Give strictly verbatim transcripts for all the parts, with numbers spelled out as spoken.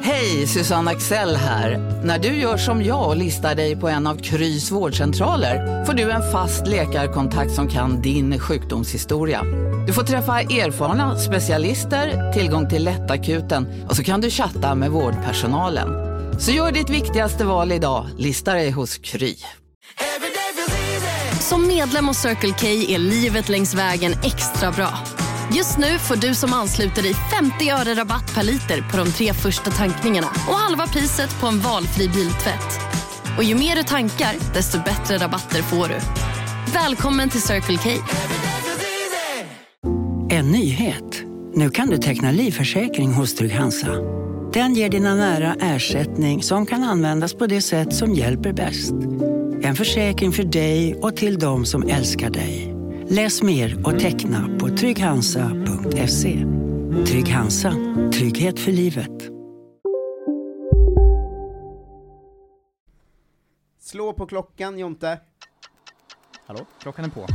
Hej, Susanne Axel här. När du gör som jag och listar dig på en av Krys vårdcentraler får du en fast läkarkontakt som kan din sjukdomshistoria. Du får träffa erfarna specialister, tillgång till lättakuten och så kan du chatta med vårdpersonalen. Så gör ditt viktigaste val idag, listar dig hos Kry. Som medlem hos Circle K är livet längs vägen extra bra. Just nu får du som ansluter dig femtio öre rabatt per liter på de tre första tankningarna och halva priset på en valfri biltvätt. Och ju mer du tankar, desto bättre rabatter får du. Välkommen till Circle K. En nyhet. Nu kan du teckna livförsäkring hos Trygg-Hansa. Den ger dina nära ersättning som kan användas på det sätt som hjälper bäst. En försäkring för dig och till de som älskar dig. Läs mer och teckna på trygghansa punkt se. Trygg-Hansa. Trygghet för livet. Slå på klockan, Jonte. Hallå, klockan är på.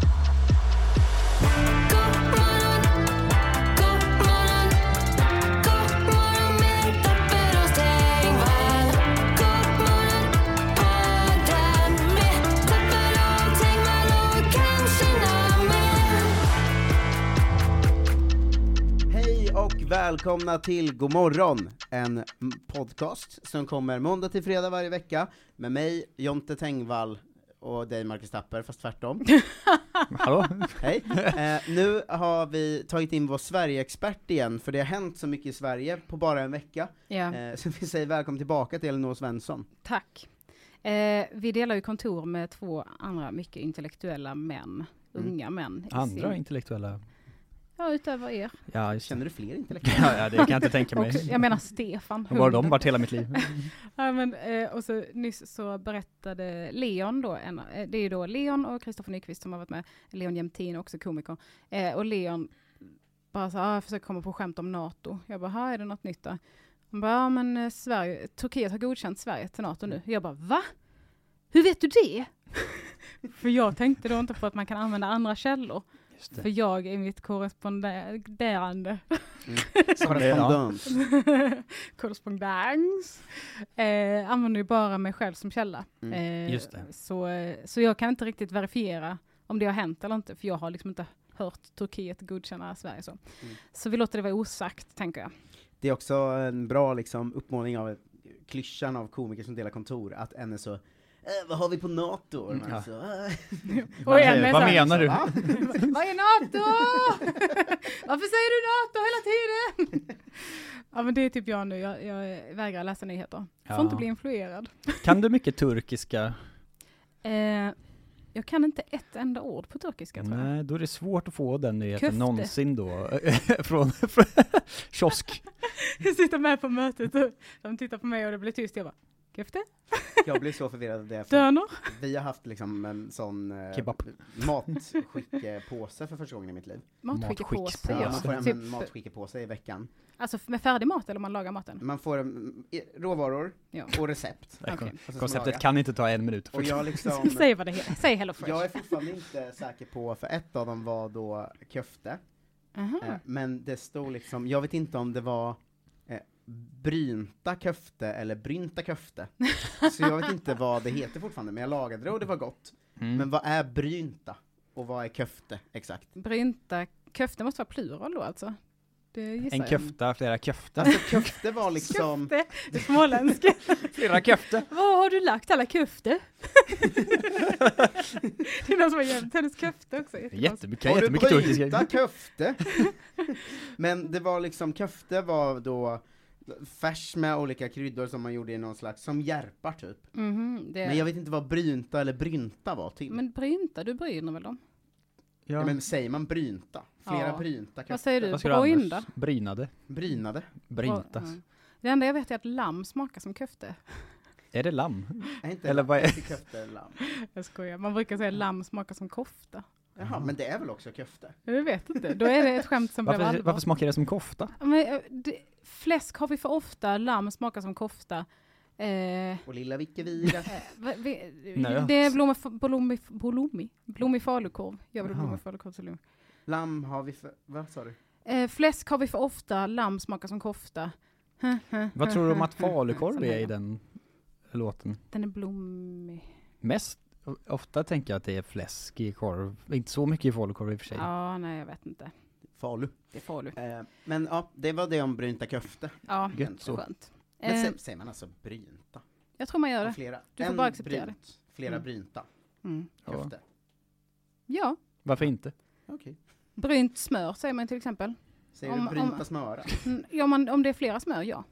Och välkomna till God morgon, en podcast som kommer måndag till fredag varje vecka med mig, Jonte Tengvall, och dig, Marcus Tapper, fast tvärtom. Hallå? Hej. Eh, nu har vi tagit in vår Sverige-expert igen, för det har hänt så mycket i Sverige på bara en vecka. Ja. Eh, så vi säger välkommen tillbaka till Elinor Svensson. Tack. Eh, vi delar ju kontor med två andra mycket intellektuella män, mm. unga män. Andra sin... intellektuella? Ja, utöver er. Ja, känner du fler intellektuella? Ja, det kan jag inte tänka mig. Och, jag menar Stefan. Hur var de varit hela mitt liv? Ja, men, eh, och så nyss så berättade Leon då, en, eh, det är ju då Leon och Kristoffer Nyqvist som har varit med, Leon Jämtin, också komiker. Eh, och Leon bara så ah, jag försöker komma på skämt om NATO. Jag bara, här är det något nytt då? Han bara, ja men eh, Sverige, Turkiet har godkänt Sverige till NATO nu. Jag bara, va? Hur vet du det? För jag tänkte då inte på att man kan använda andra källor. För jag är mitt korresponderande. Mm. Korrespondens. Korrespondens. Eh, använder ju bara mig själv som källa. Mm. Eh, Just det. Så, så jag kan inte riktigt verifiera om det har hänt eller inte. För jag har liksom inte hört Turkiet godkänna Sverige så. Mm. Så vi låter det vara osagt, tänker jag. Det är också en bra liksom, uppmålning av klyschan av komiker som delar kontor. Att en är så... Äh, vad har vi på NATO? Mm, ja. alltså, äh. Vad, är, vad menar du? Va? Vad är NATO? Varför säger du NATO hela tiden? Ja, men det är typ jag nu. Jag, jag vägrar läsa nyheter. Ja. Får inte bli influerad. Kan du mycket turkiska? Eh, jag kan inte ett enda ord på turkiska, tror jag. Nej, då är det svårt att få den nyheten Köfte. någonsin då. från, från kiosk. Jag sitter med på mötet och de tittar på mig och det blir tyst. Jag bara, köfte? Jag blir så förvirrad av det. Döner? Vi har haft liksom en sån eh, Kebab. matskickepåse för första gången i mitt liv. Matskickepåse, Ja, ja. man får hem Typ, en matskickepåse i veckan. alltså med färdig mat eller man lagar maten? Man får um, råvaror Ja. och recept. Okay. Och så Konceptet laga. kan inte ta en minut. Och jag liksom... Säg vad det heter. Säg Hello Fresh. Jag är fortfarande inte säker på, för ett av dem var då köfte. Uh-huh. Eh, men det stod liksom, jag vet inte om det var eh, brynta köfte eller brynta köfte. Så jag vet inte vad det heter fortfarande, men jag lagade det och det var gott. Mm. Men vad är brynta? Och vad är köfte exakt? Brynta, köfte måste vara plural då alltså. Det gissar En jag. köfta, flera köfter. Alltså köfte var liksom... Köfte, det är småländska. Flera köfter. Var har du lagt alla köfte? Det är någon som har gömt hennes köfte också. Jättemycket, Har du jättemycket turkiska. brynta köfte? Men det var liksom, köfte var då färs med olika kryddor som man gjorde i någon slags, som järpar typ. Mm-hmm, det... Men jag vet inte vad brynta eller brynta var till. Men brynta, du bryner väl dem? Ja. Ja, men säger man brynta? Flera Ja. brynta köfte. Vad säger du? Vad ska du Brynda? annars? Brynade. Brynade. Brynta. Och, mm. Det enda jag vet är att lamm smakar som köfte. Är det lamm? Är inte Eller vad är- inte köfte lamm? Jag skojar. Man brukar säga lamm smakar som kofta. Jaha, men det är väl också köfte? Jag vet inte. Då är det ett skämt som blev Varför, allvar. varför smakar det som kofta? Men, eh, det, fläsk har vi för ofta, lamm smakar som kofta. Eh, Och lilla Vicke Vira. eh, va- vi, Nöt. det är blommig, blommig, blommig, blommig falukorv. Jag vill Jaha. blommig falukorv till lunch. Lamm har vi för... Vad sa du? Eh, fläsk har vi för ofta, lamm smakar som kofta. Vad tror du om att falukorv är i den låten? Den är blommig. Mest, ofta tänker jag att det är fläsk i korv. Inte så mycket i falukorv i och för sig. Ja, nej jag vet inte. Falu. Det är falu. Eh, men ja, det var det om brynta köfte. Ja, Gött så. skönt. Men Eh, säger, säger man alltså brynta? jag tror man gör Och det. flera. Du får En bara acceptera brynt, flera Mm. brynta Mm. Ja. köfte. Ja, Varför inte? Okej. brynt smör säger man till exempel. Säger Om- du brynta om- smöra? Mm, ja, man, om det är flera smör, ja.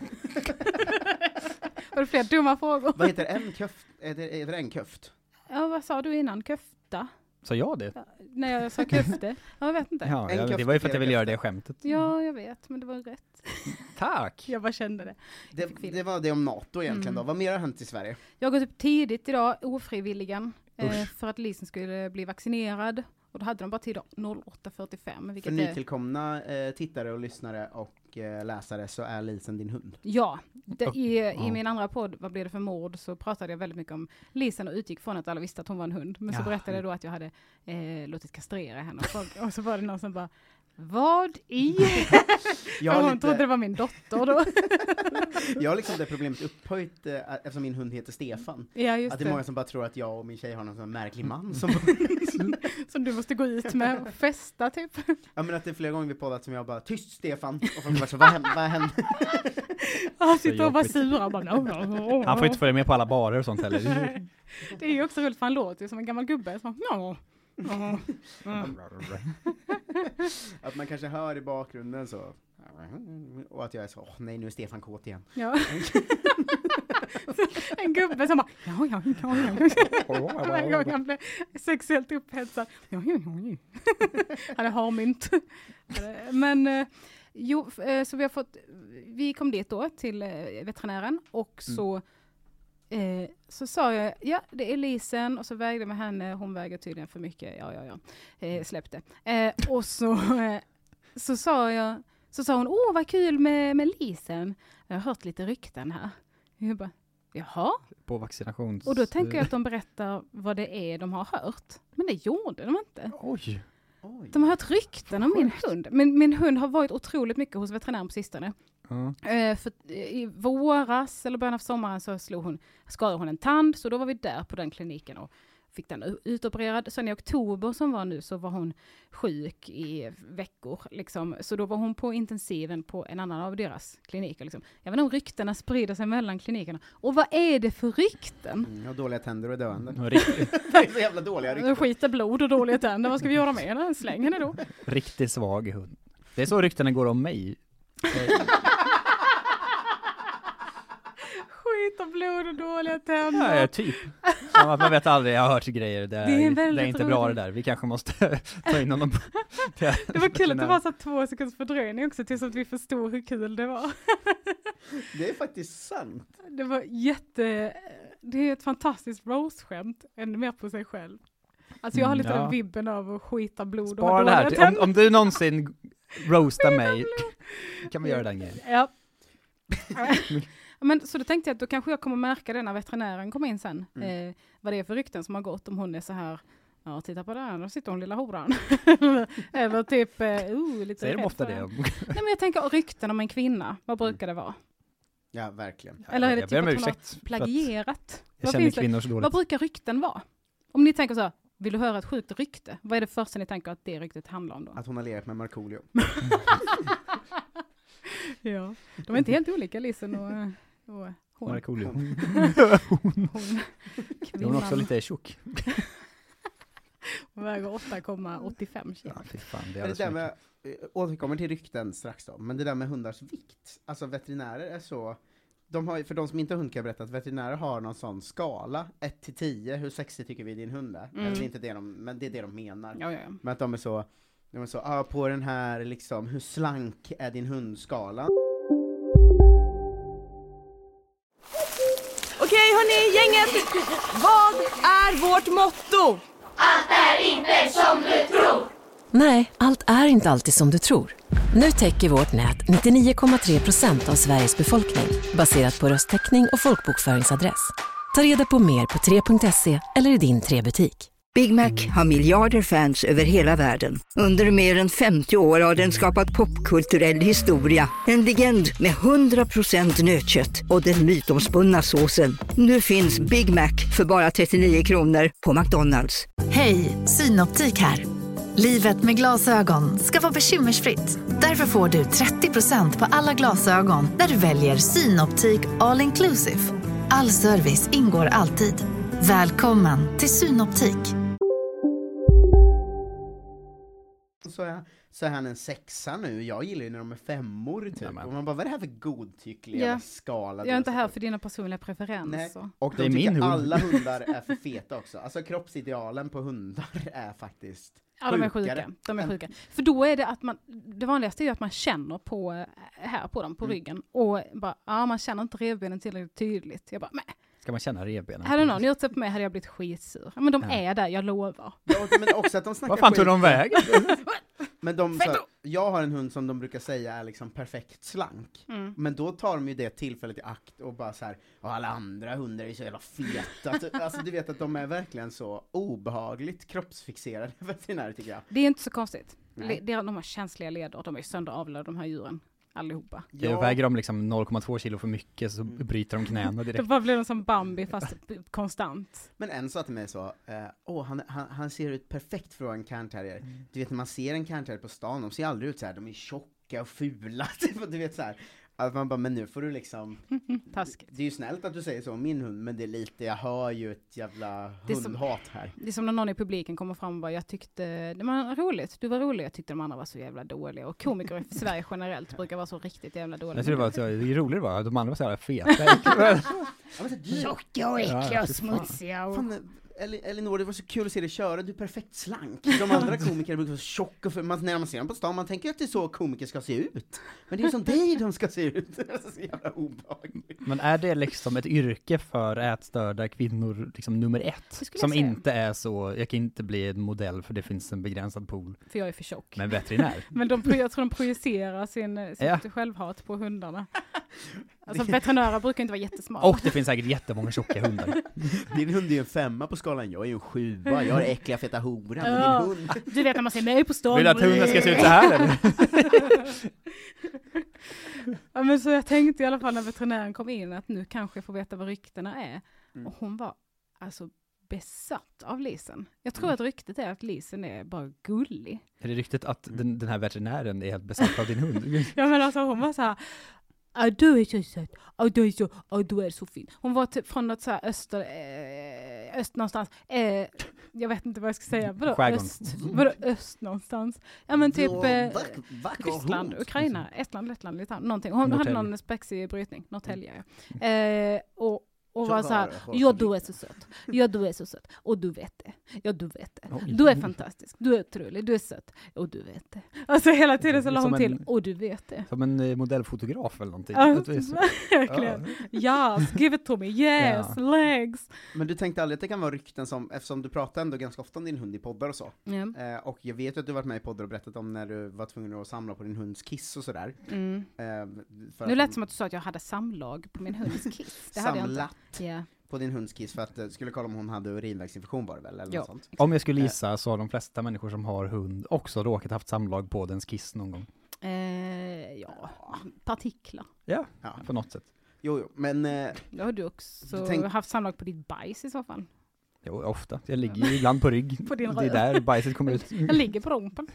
Var det fler dumma frågor? Vad heter en köft? Är det, är det en köft? Ja, vad sa du innan? Köfta? Så jag det? Ja, när jag sa köfte? Ja, jag vet inte. Ja, En jag, köfte, det var ju för att flera jag ville göra köfte. det skämtet. Ja, jag vet, men det var rätt. Tack! Jag bara kände det. Det, fick fel. det var det om NATO egentligen Mm. då. Vad mer har hänt i Sverige? Jag har gått upp tidigt idag, ofrivilligen, eh, Usch. för att Lisen skulle bli vaccinerad. Och då hade de bara tid åtta fyrtiofem. För Vilket är, nytillkomna eh, tittare och lyssnare och eh, läsare så är Lisen din hund. ja, det, Och- i, ja. i min andra podd, Vad blev det för mord, så pratade jag väldigt mycket om Lisen och utgick från att alla visste att hon var en hund. Men så Ja. berättade jag då att jag hade eh, låtit kastrera henne. Och, folk, och så var det någon som bara, vad i? Jag För har, hon trodde det lite, var min dotter då. jag har liksom det problemet upphöjt eh, eftersom min hund heter Stefan. Ja, just Att det är det. många som bara tror att jag och min tjej har någon sån märklig man som Som du måste gå ut med och festa typ. ja men att det är flera gånger vi poddat som jag bara tyst Stefan och folk bara så vad hände? Vad hände? Han sitter och bara jobbigt. sura och bara, no, no, no. Han får inte följa med på alla barer och sånt heller. Det är ju också roligt för han låter ju som en gammal gubbe. Så, no. No. Mm. Att man kanske hör i bakgrunden så och att jag är så, åh nej nu är Stefan kåt igen. Ja. En gubbe som bara, ja, ja, ja, ja. Varje gång han blev sexuellt upphetsad. Ja, ja, ja. Han är harmynt. Men, eh, jo, f- eh, så vi har fått, vi kom dit då till eh, veterinären och så Eh, så sa jag, ja det är Lisen, och så vägde med henne, hon väger tydligen för mycket, ja ja ja, eh, släppte. Eh, och så, eh, så sa jag, så sa hon, åh vad kul med, med Lisen, jag har hört lite rykten här. Jag bara, jaha? På vaccinations... Och då tänker jag att de berättar vad det är de har hört. Men det gjorde de inte. Oj! Oj. De har hört rykten om min hund. Men min hund har varit otroligt mycket hos veterinären på sistone. Ja. Eh, för i våras eller början av sommaren så slog hon, skadade hon en tand, så då var vi där på den kliniken och fick den u- utopererad. Sen i oktober som var nu så var hon sjuk i veckor liksom. Så då var hon på intensiven på en annan av deras kliniker liksom. Jag vet inte om ryktena sprider sig mellan klinikerna. Och vad är det för rykten? Mm, jag har dåliga tänder och är döende. Och Riktigt, Det är så jävla dåliga rykten. Skiter blod och dåliga tänder, vad ska vi göra med henne? Släng henne då. riktigt svag hund. Det är så ryktena går om mig. Skit och blod och dåliga tänder. Ja, typ. Ja, man vet aldrig, jag har hört grejer. Det är, Det är det väldigt är inte bra det roligt. där. Vi kanske måste ta in honom. Det var kul att det var så två sekunders fördröjning också tills att vi förstod hur kul det var. Det är faktiskt sant. Det var jätte... Det är ett fantastiskt roast-skämt, ännu mer på sig själv. Alltså jag har Mm, lite ja. den vibben av att skita blod och Spara ha det här. dåliga till- Om, tänder. om du någonsin roastar mig kan vi göra den grejen. Ja. Men så då tänkte jag att då kanske jag kommer märka det när veterinären kommer in sen. Mm. Eh, vad det är för rykten som har gått, om hon är så här, ja titta på den, då sitter hon lilla horan. Eller typ, eh, uh, lite Säger de rädd ofta för det? den. Nej men jag tänker rykten om en kvinna, vad brukar det vara? Ja, verkligen. Eller är det jag typ ber om att hon har ursäkt för att plagierat? Jag Vad känner finns det? kvinnor så Vad dåligt. brukar rykten vara? Om ni tänker så här, vill du höra ett sjukt rykte? Vad är det första ni tänker att det ryktet handlar om då? Att hon har legat med Markoolio. Ja, de är inte helt olika, Lisen och, och hon. Markoolio. hon. Är hon också lite tjock? Hon väger åtta komma åttiofem kilo. Ja, fy fan, det är Men det alldeles där för med, mycket. eh, återkommer till rykten strax då, men det där med hundars vikt, alltså veterinärer är så, de har, för de som inte har hund kan jag berätta att veterinärer har någon sån skala, ett till tio, hur sexig tycker vi din hund är? Mm. Eller det är inte det de, men det är det de menar. Ja, ja, ja. Men att de är så, de är så, ah, på den här liksom, hur slank är din hundskala? Okej hörni, gänget! Vad är vårt motto? Nej, allt är inte alltid som du tror. Nu täcker vårt nät nittionio komma tre procent av Sveriges befolkning baserat på röstteckning och folkbokföringsadress. Ta reda på mer på tre punkt se eller i din tre butik. Big Mac har miljarder fans över hela världen. Under mer än femtio år har den skapat popkulturell historia. En legend med hundra procent nötkött och den mytomspunna såsen. Nu finns Big Mac för bara trettionio kronor på McDonalds. Hej, Synoptik här. Livet med glasögon ska vara bekymmersfritt. Därför får du trettio procent på alla glasögon när du väljer Synoptik All Inclusive. All service ingår alltid. Välkommen till Synoptik. Så är, så är han en sexa nu. Jag gillar ju när de är femmor typ. Ja, och man bara, vad är det här för godtycklig ja. skala? Jag är inte här för dina personliga preferenser. Nej. Och de det är tycker min alla hundar är för feta också. Alltså kroppsidealen på hundar är faktiskt ja, de är sjuka. De är sjuka. För då är det att man, det vanligaste är ju att man känner på, här på dem, på mm. ryggen. Och bara, ja man känner inte revbenen tillräckligt tydligt. Jag bara, nej. Ska man känna revbenen? Hade någon gjort det på mig hade jag blivit skitsur. Men de ja. är där, jag lovar. Ja, men också att de snackar vad fan tog de väg? Men de, så, jag har en hund som de brukar säga är liksom perfekt slank. Mm. Men då tar de ju det tillfället i akt och bara så här, och alla andra hundar är så jävla feta. Alltså du vet att de är verkligen så obehagligt kroppsfixerade veterinärer tycker jag. Det är inte så konstigt. Le- de har känsliga leder, de är sönderavlade de här djuren. Allihopa. Ja. Jag väger de liksom noll komma två kilo för mycket så bryter de knäna direkt. Det bara blir de som Bambi fast konstant. Men en sa till mig så, eh, åh han, han, han ser ut perfekt för en cairnterrier. Mm. Du vet när man ser en cairnterrier på stan, de ser aldrig ut så här, de är tjocka och fula. Du vet så här. Att man bara, men nu får du liksom taskigt. Det är ju snällt att du säger så om min hund, men det är lite, jag hör ju ett jävla hundhat här. Det är som när någon i publiken kommer fram och bara, jag tyckte det var roligt, du var rolig, jag tyckte de andra var så jävla dåliga. Och komiker i Sverige generellt brukar vara så riktigt jävla dåliga. Jag tror det var så, det är roligt var, de andra var så jävla feta. Tjocka och äckliga och smutsiga. Och... Fan, Elinor, det var så kul att se dig köra, du är perfekt slank. De andra komiker brukar vara tjocka, för man, när man ser dem på stan, man tänker att det är så komiker ska se ut. Men det är ju som dig de ska se ut. Det är så jävla obehagligt. Men är det liksom ett yrke för ätstörda kvinnor liksom nummer ett? Som inte är så, jag kan inte bli en modell för det finns en begränsad pool. För jag är för tjock. Men veterinär. Men de, jag tror de projicerar sin, sitt ja. självhat på hundarna. Alltså veterinärer brukar inte vara jättesmarta. Och det finns säkert jättemånga tjocka hundar. Din hund är ju en femma på skalan, jag är ju en sjua. Jag har äckliga feta horan. Ja. Din hund. Du vet när man ser mig på stan. Vill du att hunden ska se ut så här eller? Ja, men så jag tänkte i alla fall när veterinären kom in att nu kanske jag får veta vad ryktena är. Mm. Och hon var alltså besatt av Lisen. Jag tror mm. att ryktet är att Lisen är bara gullig. Är det ryktet att den, den här veterinären är helt besatt av din hund? Ja men alltså hon var så här, ah, du är så söt, ah, du är så, ah, du är så fin. Hon var typ från något så här öster, eh, öst någonstans. Eh, jag vet inte vad jag ska säga. Vadå öst? Vadå öst någonstans? Ja men typ eh, Ryssland, Ukraina, Estland, Lettland, Litauen, någonting. Hon Norrtälje. Hade någon spexig brytning. Norrtälje, ja. Eh, och Och var så här, ja du är så söt, ja du är så söt, och du vet det, ja du vet det, du är fantastisk, du är otrolig, du är söt, och du vet det. Alltså hela tiden så la hon till, och du vet det. Som en modellfotograf eller någonting. Ja, verkligen. Ja, yes, give it to me, yes, ja. Legs. Men du tänkte aldrig att det kan vara rykten som, eftersom du pratar ändå ganska ofta om din hund i poddar och så. Mm. Eh, och jag vet att du varit med i poddar och berättat om när du var tvungen att samla på din hunds kiss och sådär. Mm. Eh, för nu lät det som att du sa att jag hade samlag på min hunds kiss. Det hade jag inte. Yeah. På din hunds kiss för att uh, skulle kolla om hon hade urinvägsinfektion var det väl? Eller något sånt. Om jag skulle gissa så har de flesta människor som har hund också råkat haft samlag på dens kiss någon gång. Eh, ja, partiklar. Ja, ja, på något sätt. Jo, jo, men... Uh, Då har du också tänk... haft samlag på ditt bajs i så fall. Jo, ofta. Jag ligger ju ibland på rygg. På din det är där bajset kommer ut. Jag ligger på rumpan.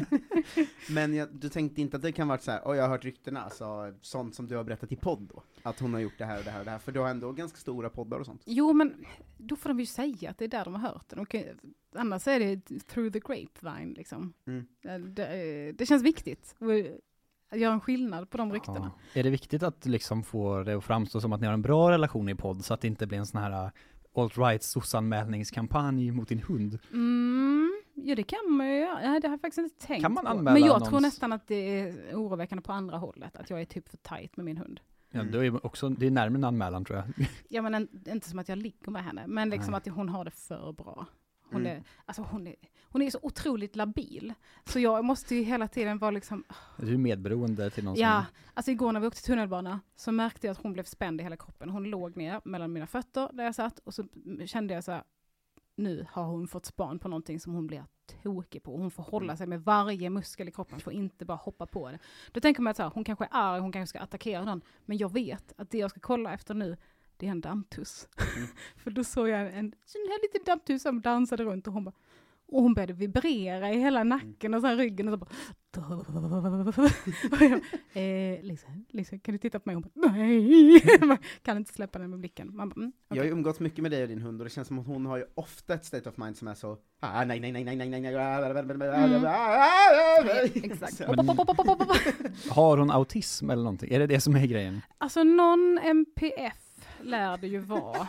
Men jag, du tänkte inte att det kan vara så här, och jag har hört ryktena, alltså, sånt som du har berättat i podd då, att hon har gjort det här och det här och det här, för du har ändå ganska stora poddar och sånt. Jo, men då får de ju säga att det är där de har hört det. Okay. Annars är det through the grapevine, liksom. Mm. Det, det känns viktigt att göra en skillnad på de ryktena. Ja. Är det viktigt att liksom få det att framstå som att ni har en bra relation i podd, så att det inte blir en sån här alt-right sossanmälningskampanj mot din hund? Mm, ja, det kan man ju göra. Ja, det har jag faktiskt inte tänkt kan man på. Men jag någons... tror nästan att det är oroväckande på andra hållet. Att jag är typ för tajt med min hund. Ja, det är också, det är närmare en anmälan, tror jag. Ja, men en, inte som att jag ligger med henne. Men liksom Nej. Att hon har det för bra. Hon, mm. är, alltså hon, är, hon är så otroligt labil. Så jag måste ju hela tiden vara liksom... Du är medberoende till någon Ja, som... alltså igår när vi åkte tunnelbana så märkte jag att hon blev spänd i hela kroppen. Hon låg ner mellan mina fötter där jag satt och så kände jag så här, nu har hon fått span på någonting som hon blir tokig på. Hon får hålla sig med varje muskel i kroppen, får inte bara hoppa på det. Då tänker man att så här, hon kanske är arg, hon kanske ska attackera någon, men jag vet att det jag ska kolla efter nu, det är en dammtuss. Mm. För då såg jag en, en sån här liten dammtuss som dansade runt och hon bara, och hon började vibrera i hela nacken och så här ryggen och så bara och jag, eh, Lisa, Lisa, kan du titta på mig? Hon bara, nej. Man kan inte släppa den med blicken. Man bara, mm, okay. Jag har ju umgått mycket med dig och din hund och det känns som att hon har ju ofta ett state of mind som är så ah, nej, nej, nej, nej, nej, nej, nej. Mm. Exakt. Men, har hon autism eller någonting? Är det det som är grejen? Alltså någon M P F lär det ju vara.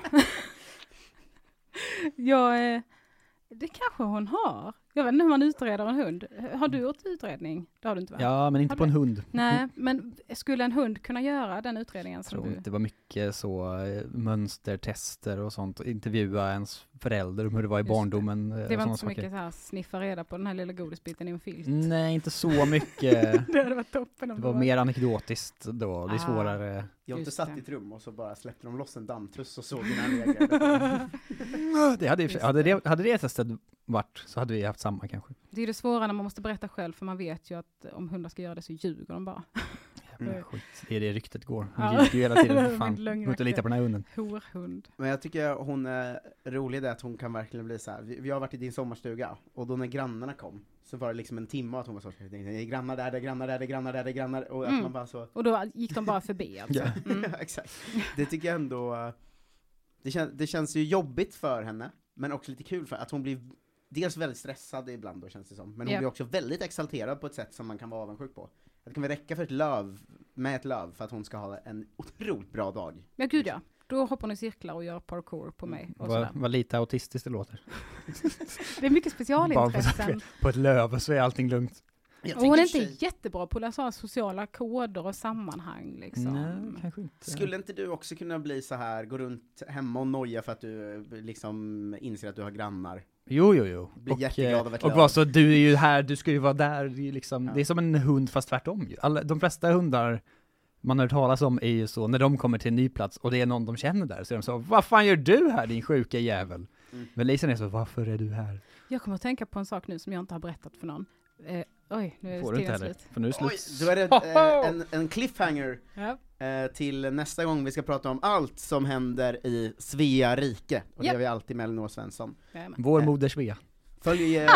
Jag... Eh, Det kanske hon har. Jag vet inte hur man utreder en hund. Har du gjort utredning? Det har du inte, va? Ja, men inte har på du? en hund. Nej, men skulle en hund kunna göra den utredningen? Som jag tror du... det var mycket så äh, mönstertester och sånt. Intervjua ens förälder om hur det var i Just barndomen. Det, det var inte så saker. mycket så här sniffa reda på den här lilla godisbiten i en filt. Nej, inte så mycket. Det hade varit toppen. Det var mer anekdotiskt då. Det är svårare. Jag har inte satt i ett rum och så bara släppte de loss en dammtuss och såg när reagerade. det hade, ju, hade, det, hade det testet varit så hade vi haft samma kanske. Det är det svåra när man måste berätta själv, för man vet ju att om hundar ska göra det så ljuger de bara. Mm. Skit. Det är det ryktet går. Hon Ja. ljuger ju hela tiden. För fan. Hon inte lita på den här hunden. Horhund. Men jag tycker hon är rolig, det att hon kan verkligen bli så här. Vi, vi har varit i din sommarstuga och då när grannarna kom så var det liksom en timme att hon var så det är grannar där, det är grannar där, det är grannar där, det är grannar och mm. att man bara så. Och då gick de bara förbi alltså. Ja. Mm. Exakt. Det tycker jag ändå det, kän, det känns ju jobbigt för henne, men också lite kul för att hon blir dels väldigt stressad ibland då, känns det som, men hon yeah. blir också väldigt exalterad på ett sätt som man kan vara avundsjuk på. Det kan väl räcka för ett löv, med ett löv för att hon ska ha en otroligt bra dag. Ja, gud ja. Då hoppar hon i cirklar och gör parkour på mig. Och vad, vad lite autistiskt det låter. Det är mycket specialintressen. På, på ett löv så är allting lugnt. Och hon är inte sig... jättebra på att läsa sociala koder och sammanhang. Liksom. Nej, kanske inte. Skulle inte du också kunna bli så här, gå runt hemma och noja för att du liksom inser att du har grannar? Jo, jo, jo. Blir och, jätteglad av ett och löv. vad så, du är ju här, du ska ju vara där. Det är, liksom, ja. Det är som en hund fast tvärtom. Alla, de flesta hundar man har hört talas om är ju så, när de kommer till en ny plats och det är någon de känner där, så är de så, vad fan gör du här, din sjuka jävel? Mm. Men Lisa är så, varför är du här? Jag kommer att tänka på en sak nu som jag inte har berättat för någon. Eh, oj, nu är Får det inte heller, slut. för nu är det slut. Oj, då är det eh, en, en cliffhanger ja. eh, till nästa gång vi ska prata om allt som händer i Svea rike. Och yep. det är vi alltid med Elinor Svensson. Jajamän. Vår eh. moder Svea. Följ, ja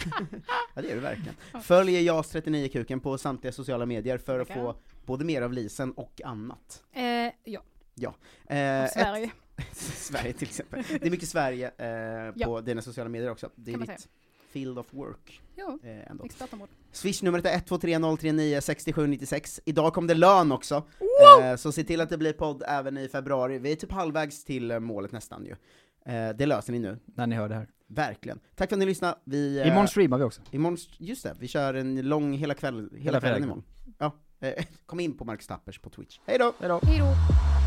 det är det verkligen. Följ Jas trettionio kuken på samtliga sociala medier för att få både mer av Lisen och annat. Eh, ja. Ja. Eh, Sverige. Ett, Sverige till exempel. Det är mycket Sverige eh, på ja. dina sociala medier också. Det är ditt field of work. Jo, eh, ändå. expertområde. Swish-numret är ett två tre noll tre nio sex sju nio sex. Idag kom det lön också. Eh, så se till att det blir podd även i februari. Vi är typ halvvägs till målet nästan ju. Eh, det löser ni nu. När ni hör det här. Verkligen. Tack för att ni lyssnade. Vi, eh, imorgon streamar vi också. Imorgon, just det, vi kör en lång hela kväll, hela, hela kvällen imorgon. Ja, eh, kom in på Marcus Tappers på Twitch. Hej då! Hej då! Hej då!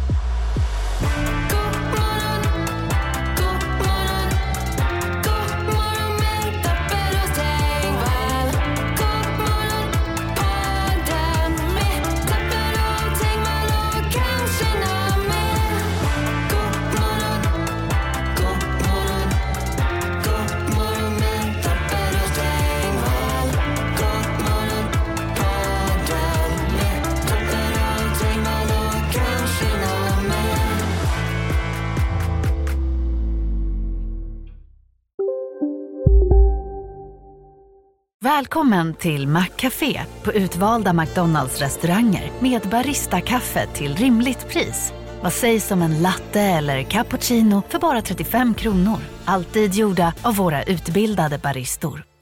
Välkommen till Maccafé på utvalda McDonalds-restauranger med Barista-kaffe till rimligt pris. Vad sägs om en latte eller cappuccino för bara trettiofem kronor? Alltid gjorda av våra utbildade baristor.